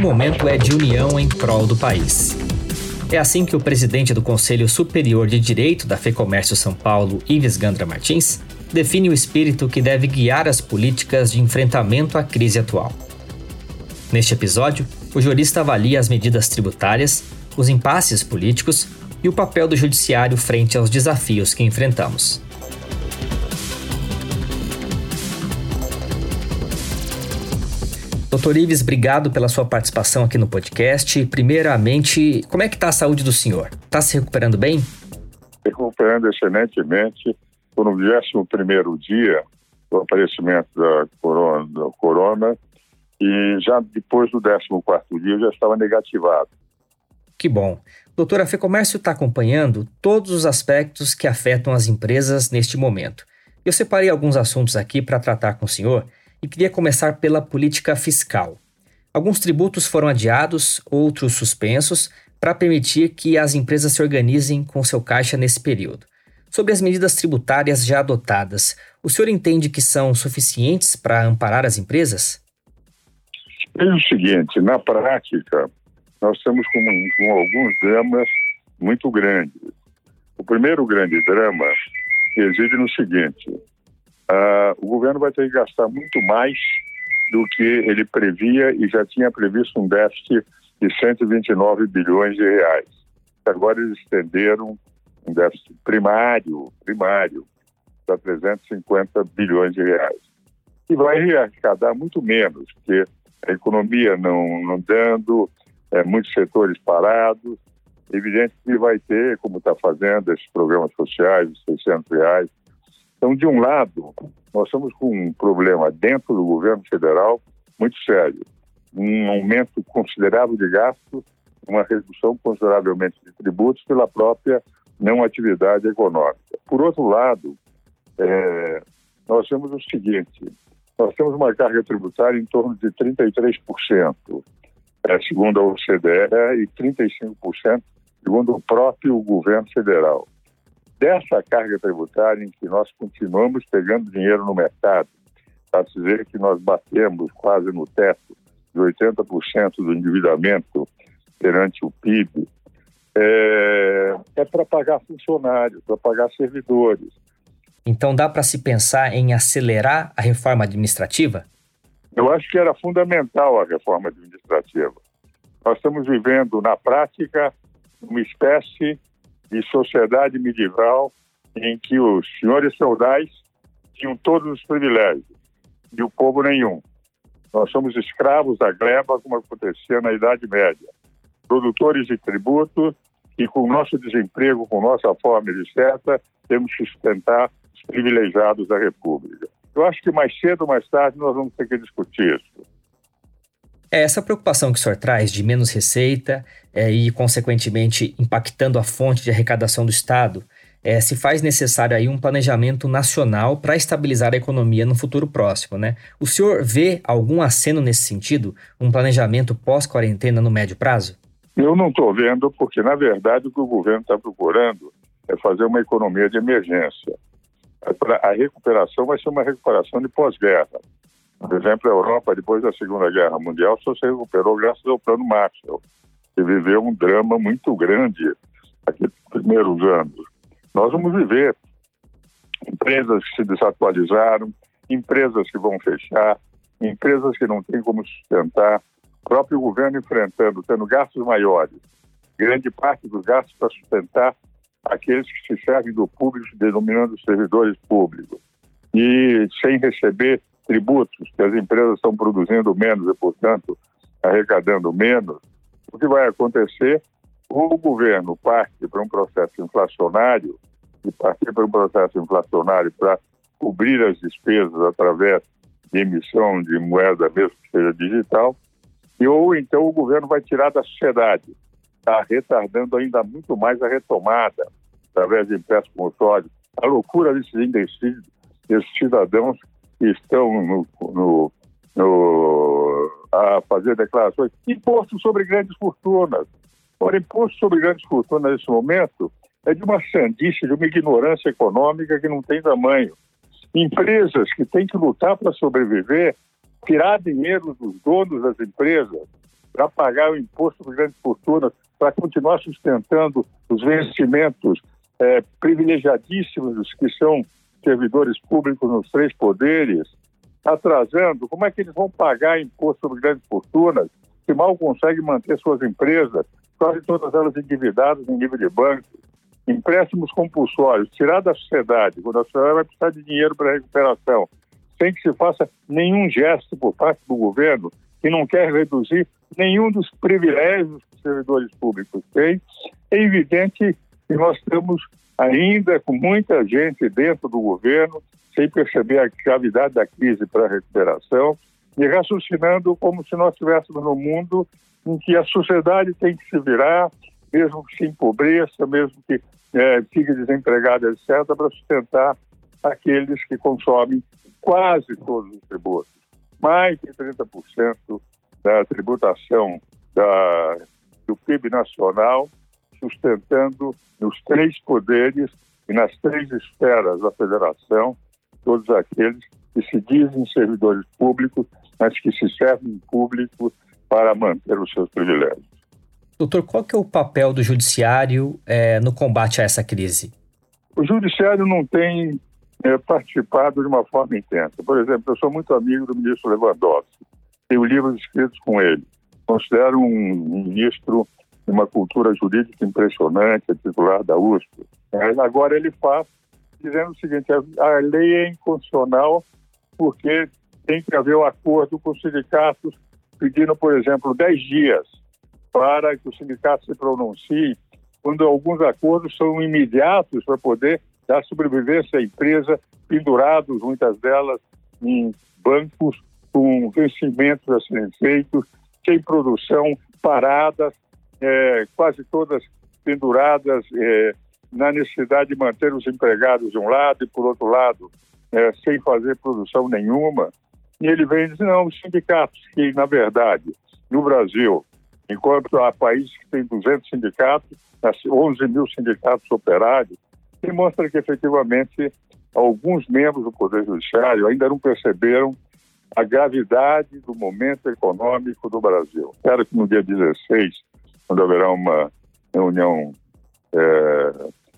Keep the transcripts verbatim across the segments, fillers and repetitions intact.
momento é de união em prol do país. É assim que o presidente do Conselho Superior de Direito da FEComércio São Paulo, Ives Gandra Martins, define o espírito que deve guiar as políticas de enfrentamento à crise atual. Neste episódio, o jurista avalia as medidas tributárias, os impasses políticos e o papel do judiciário frente aos desafios que enfrentamos. doutor Ives, obrigado pela sua participação aqui no podcast. Primeiramente, como é que está a saúde do senhor? Está se recuperando bem? Recuperando excelentemente. Estou no vigésimo primeiro dia do aparecimento da corona, da corona e já depois do décimo quarto dia eu já estava negativado. Que bom. Doutor, a FEComércio está acompanhando todos os aspectos que afetam as empresas neste momento. Eu separei alguns assuntos aqui para tratar com o senhor e queria começar pela política fiscal. Alguns tributos foram adiados, outros suspensos, para permitir que as empresas se organizem com seu caixa nesse período. Sobre as medidas tributárias já adotadas, o senhor entende que são suficientes para amparar as empresas? É o seguinte, na prática, nós estamos com, com alguns dramas muito grandes. O primeiro grande drama reside no seguinte: uh, o governo vai ter que gastar muito mais do que ele previa e já tinha previsto um déficit de cento e vinte e nove bilhões de reais. Agora eles estenderam um déficit primário, primário, para trezentos e cinquenta bilhões de reais. E vai arrecadar muito menos, porque a economia não, não dando, é, muitos setores parados. É evidente que vai ter, como está fazendo, esses programas sociais, os seiscentos reais. Então, de um lado, nós estamos com um problema dentro do governo federal muito sério. Um aumento considerável de gastos, uma redução consideravelmente de tributos pela própria não atividade econômica. Por outro lado, é, nós temos o seguinte: nós temos uma carga tributária em torno de trinta e três por cento, é, segundo a O C D E, e trinta e cinco por cento segundo o próprio governo federal. Dessa carga tributária em que nós continuamos pegando dinheiro no mercado, para dizer que nós batemos quase no teto de oitenta por cento do endividamento perante o P I B, é, é para pagar funcionários, para pagar servidores. Então dá para se pensar em acelerar a reforma administrativa? Eu acho que era fundamental a reforma administrativa. Nós estamos vivendo, na prática, uma espécie de sociedade medieval em que os senhores feudais tinham todos os privilégios e o povo nenhum. Nós somos escravos da gleba, como acontecia na Idade Média. Produtores de tributo e, com o nosso desemprego, com nossa fome, etcétera, temos que sustentar os privilegiados da República. Eu acho que mais cedo ou mais tarde nós vamos ter que discutir isso. É essa preocupação que o senhor traz de menos receita é, e, consequentemente, impactando a fonte de arrecadação do Estado, é, se faz necessário aí um planejamento nacional para estabilizar a economia no futuro próximo, né? O senhor vê algum aceno nesse sentido? Um planejamento pós-quarentena no médio prazo? Eu não estou vendo, porque, na verdade, o que o governo está procurando é fazer uma economia de emergência. A recuperação vai ser uma recuperação de pós-guerra. Por exemplo, a Europa, depois da Segunda Guerra Mundial, só se recuperou graças ao Plano Marshall, que viveu um drama muito grande naqueles primeiros anos. Nós vamos viver empresas que se desatualizaram, empresas que vão fechar, empresas que não têm como sustentar, o próprio governo enfrentando, tendo gastos maiores, grande parte dos gastos para sustentar aqueles que se servem do público, denominando servidores públicos, e sem receber tributos, que as empresas estão produzindo menos e, portanto, arrecadando menos. O que vai acontecer? O governo parte para um processo inflacionário, e partir para um processo inflacionário para cobrir as despesas através de emissão de moeda, mesmo que seja digital, e ou então o governo vai tirar da sociedade, está retardando ainda muito mais a retomada, através de empréstimos sólidos, a loucura desses indecisos, desses cidadãos que estão no, no, no, a fazer declarações. Imposto sobre grandes fortunas. Ora, imposto sobre grandes fortunas nesse momento é de uma sandice, de uma ignorância econômica que não tem tamanho. Empresas que têm que lutar para sobreviver, tirar dinheiro dos donos das empresas para pagar o imposto de grandes fortunas, para continuar sustentando os vencimentos é, privilegiadíssimos dos que são servidores públicos nos três poderes, atrasando, como é que eles vão pagar imposto sobre grandes fortunas se mal conseguem manter suas empresas, quase todas elas endividadas em nível de banco? Empréstimos compulsórios, tirar da sociedade, quando a sociedade vai precisar de dinheiro para recuperação, sem que se faça nenhum gesto por parte do governo, que não quer reduzir nenhum dos privilégios que os servidores públicos têm. É evidente que nós estamos ainda com muita gente dentro do governo, sem perceber a gravidade da crise para a recuperação, e raciocinando como se nós estivéssemos num mundo em que a sociedade tem que se virar, mesmo que se empobreça, mesmo que é, fique desempregada, etcétera, para sustentar aqueles que consomem quase todos os tributos. Mais de trinta por cento da tributação da, do P I B nacional, sustentando nos três poderes e nas três esferas da federação, todos aqueles que se dizem servidores públicos, mas que se servem público para manter os seus privilégios. Doutor, qual que é o papel do judiciário é, no combate a essa crise? O judiciário não tem é, participado de uma forma intensa. Por exemplo, eu sou muito amigo do ministro Lewandowski. Tenho livros escritos com ele. Considero um ministro de uma cultura jurídica impressionante, é titular da U S P. Mas agora ele faz dizendo o seguinte: a lei é inconstitucional porque tem que haver um acordo com os sindicatos pedindo, por exemplo, dez dias para que os sindicatos se pronunciem, quando alguns acordos são imediatos para poder dar sobrevivência à empresa, pendurados, muitas delas, em bancos com vencimentos a serem feitos, sem produção, paradas, é, quase todas penduradas é, na necessidade de manter os empregados de um lado e, por outro lado, é, sem fazer produção nenhuma. E ele vem e diz, não, os sindicatos que, na verdade, no Brasil, enquanto há países que têm duzentos sindicatos, onze mil sindicatos operários, demonstra que, efetivamente, alguns membros do Poder Judiciário ainda não perceberam a gravidade do momento econômico do Brasil. Espero que no dia dezesseis, quando haverá uma reunião é,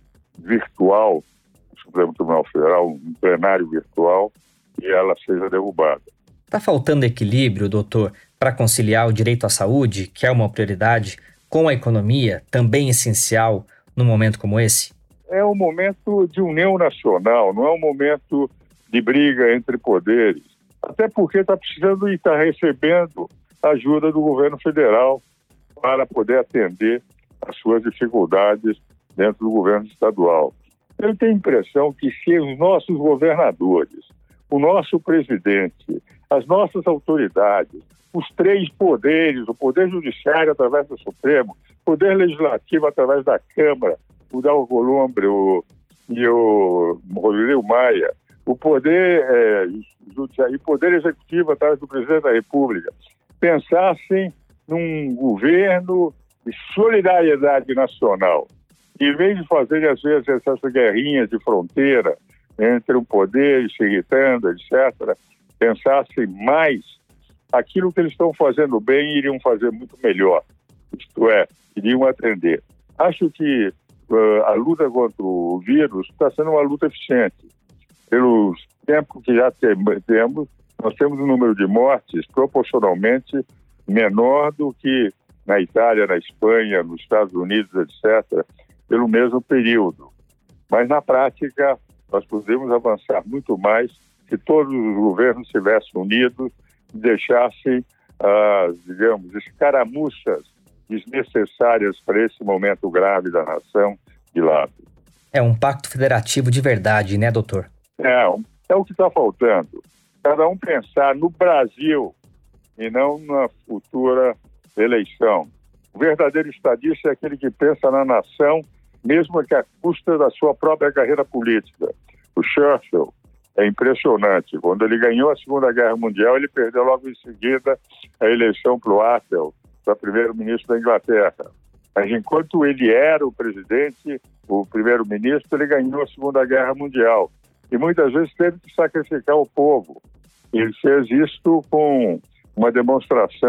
virtual do Supremo Tribunal Federal, um plenário virtual, e ela seja derrubada. Está faltando equilíbrio, doutor, para conciliar o direito à saúde, que é uma prioridade, com a economia, também essencial, num momento como esse? É um momento de união nacional, não é um momento de briga entre poderes. Até porque está precisando e está recebendo a ajuda do governo federal para poder atender às suas dificuldades dentro do governo estadual. Eu tenho a impressão que se os nossos governadores, o nosso presidente, as nossas autoridades, os três poderes, o Poder Judiciário através do Supremo, o Poder Legislativo através da Câmara, o Dalvo Columbre o, e o Rodrigo Maia, o Poder é, Judiciário e o Poder Executivo através do Presidente da República, pensassem num governo de solidariedade nacional. Em vez de fazerem, às vezes, essas guerrinhas de fronteira entre um poder se irritando, etcétera, pensassem mais aquilo que eles estão fazendo bem iriam fazer muito melhor. Isto é, iriam atender. Acho que uh, a luta contra o vírus está sendo uma luta eficiente. Pelos tempos que já temos, nós temos um número de mortes proporcionalmente menor do que na Itália, na Espanha, nos Estados Unidos, etcétera, pelo mesmo período. Mas, na prática, nós podemos avançar muito mais se todos os governos estivessem unidos e deixassem as, digamos, escaramuças desnecessárias para esse momento grave da nação de lado. É um pacto federativo de verdade, né, doutor? É, é o que está faltando. Cada um pensar no Brasil e não na futura eleição. O verdadeiro estadista é aquele que pensa na nação, mesmo que à custa da sua própria carreira política. O Churchill é impressionante. Quando ele ganhou a Segunda Guerra Mundial, ele perdeu logo em seguida a eleição para o Attlee, para primeiro-ministro da Inglaterra. Mas enquanto ele era o presidente, o primeiro-ministro, ele ganhou a Segunda Guerra Mundial. E muitas vezes teve que sacrificar o povo. Ele fez isto com uma demonstração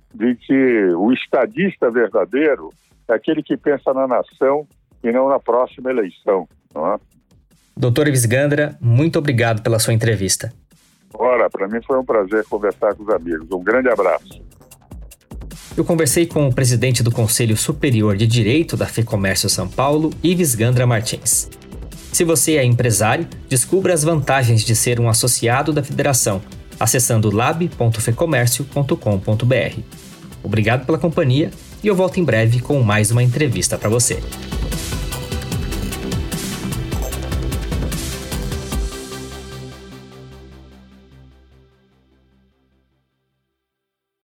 de que o estadista verdadeiro é aquele que pensa na nação e não na próxima eleição, não é? doutor Ives Gandra, muito obrigado pela sua entrevista. Ora, para mim foi um prazer conversar com os amigos. Um grande abraço. Eu conversei com o presidente do Conselho Superior de Direito da FEComércio São Paulo, Ives Gandra Martins. Se você é empresário, descubra as vantagens de ser um associado da federação, acessando lab ponto fecomércio ponto com ponto br. Obrigado pela companhia e eu volto em breve com mais uma entrevista para você.